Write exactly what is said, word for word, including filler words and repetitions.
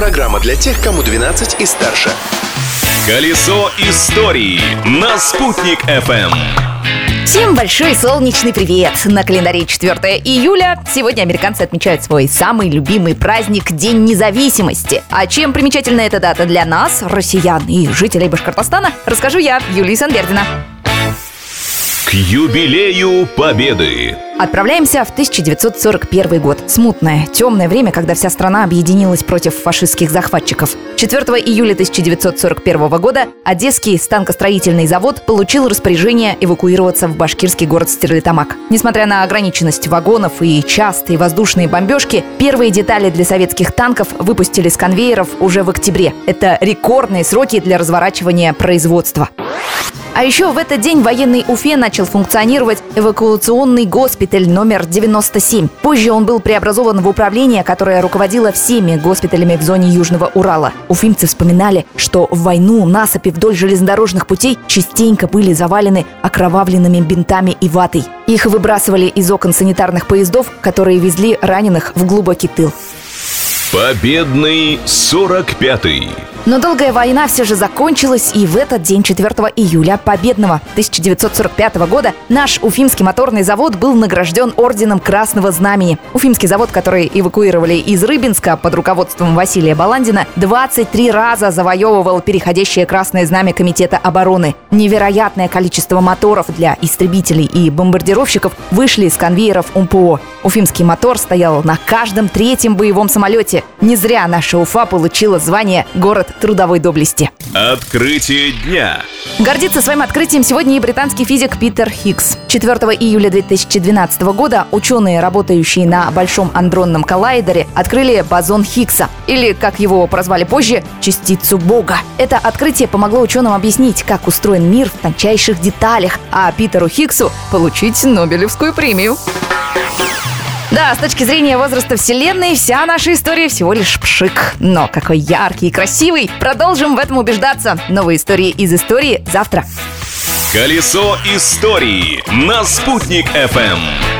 Программа для тех, кому двенадцать и старше. Колесо истории на Спутник эф эм. Всем большой солнечный привет! На календаре четвёртое июля. Сегодня американцы отмечают свой самый любимый праздник – День независимости. А чем примечательна эта дата для нас, россиян и жителей Башкортостана, расскажу я, Юлия Сандердина. К юбилею Победы. Отправляемся в тысяча девятьсот сорок первый год. Смутное, темное время, когда вся страна объединилась против фашистских захватчиков. четвёртого июля тысяча девятьсот сорок первого года Одесский станкостроительный завод получил распоряжение эвакуироваться в башкирский город Стерлитамак. Несмотря на ограниченность вагонов и частые воздушные бомбежки, первые детали для советских танков выпустили с конвейеров уже в октябре. Это рекордные сроки для разворачивания производства. А еще в этот день в военной Уфе начал функционировать эвакуационный госпиталь номер девяносто семь. Позже он был преобразован в управление, которое руководило всеми госпиталями в зоне Южного Урала. Уфимцы вспоминали, что в войну насыпи вдоль железнодорожных путей частенько были завалены окровавленными бинтами и ватой. Их выбрасывали из окон санитарных поездов, которые везли раненых в глубокий тыл. Победный сорок пятый. Но долгая война все же закончилась, и в этот день, четвёртого июля победного тысяча девятьсот сорок пятого года, наш Уфимский моторный завод был награжден орденом Красного Знамени. Уфимский завод, который эвакуировали из Рыбинска под руководством Василия Баландина, двадцать три раза завоевывал переходящее Красное Знамя Комитета обороны. Невероятное количество моторов для истребителей и бомбардировщиков вышли из конвейеров УМПО. Уфимский мотор стоял на каждом третьем боевом самолете. Не зря наша Уфа получила звание «Город трудовой доблести». Открытие дня. Гордится своим открытием сегодня и британский физик Питер Хиггс. четвёртого июля две тысячи двенадцатого года ученые, работающие на Большом адронном коллайдере, открыли бозон Хиггса, или, как его прозвали позже, частицу Бога. Это открытие помогло ученым объяснить, как устроен мир в тончайших деталях, а Питеру Хиггсу получить Нобелевскую премию. Да, с точки зрения возраста Вселенной, вся наша история всего лишь пшик. Но какой яркий и красивый! Продолжим в этом убеждаться. Новые истории из истории завтра. Колесо истории на Спутник эф эм.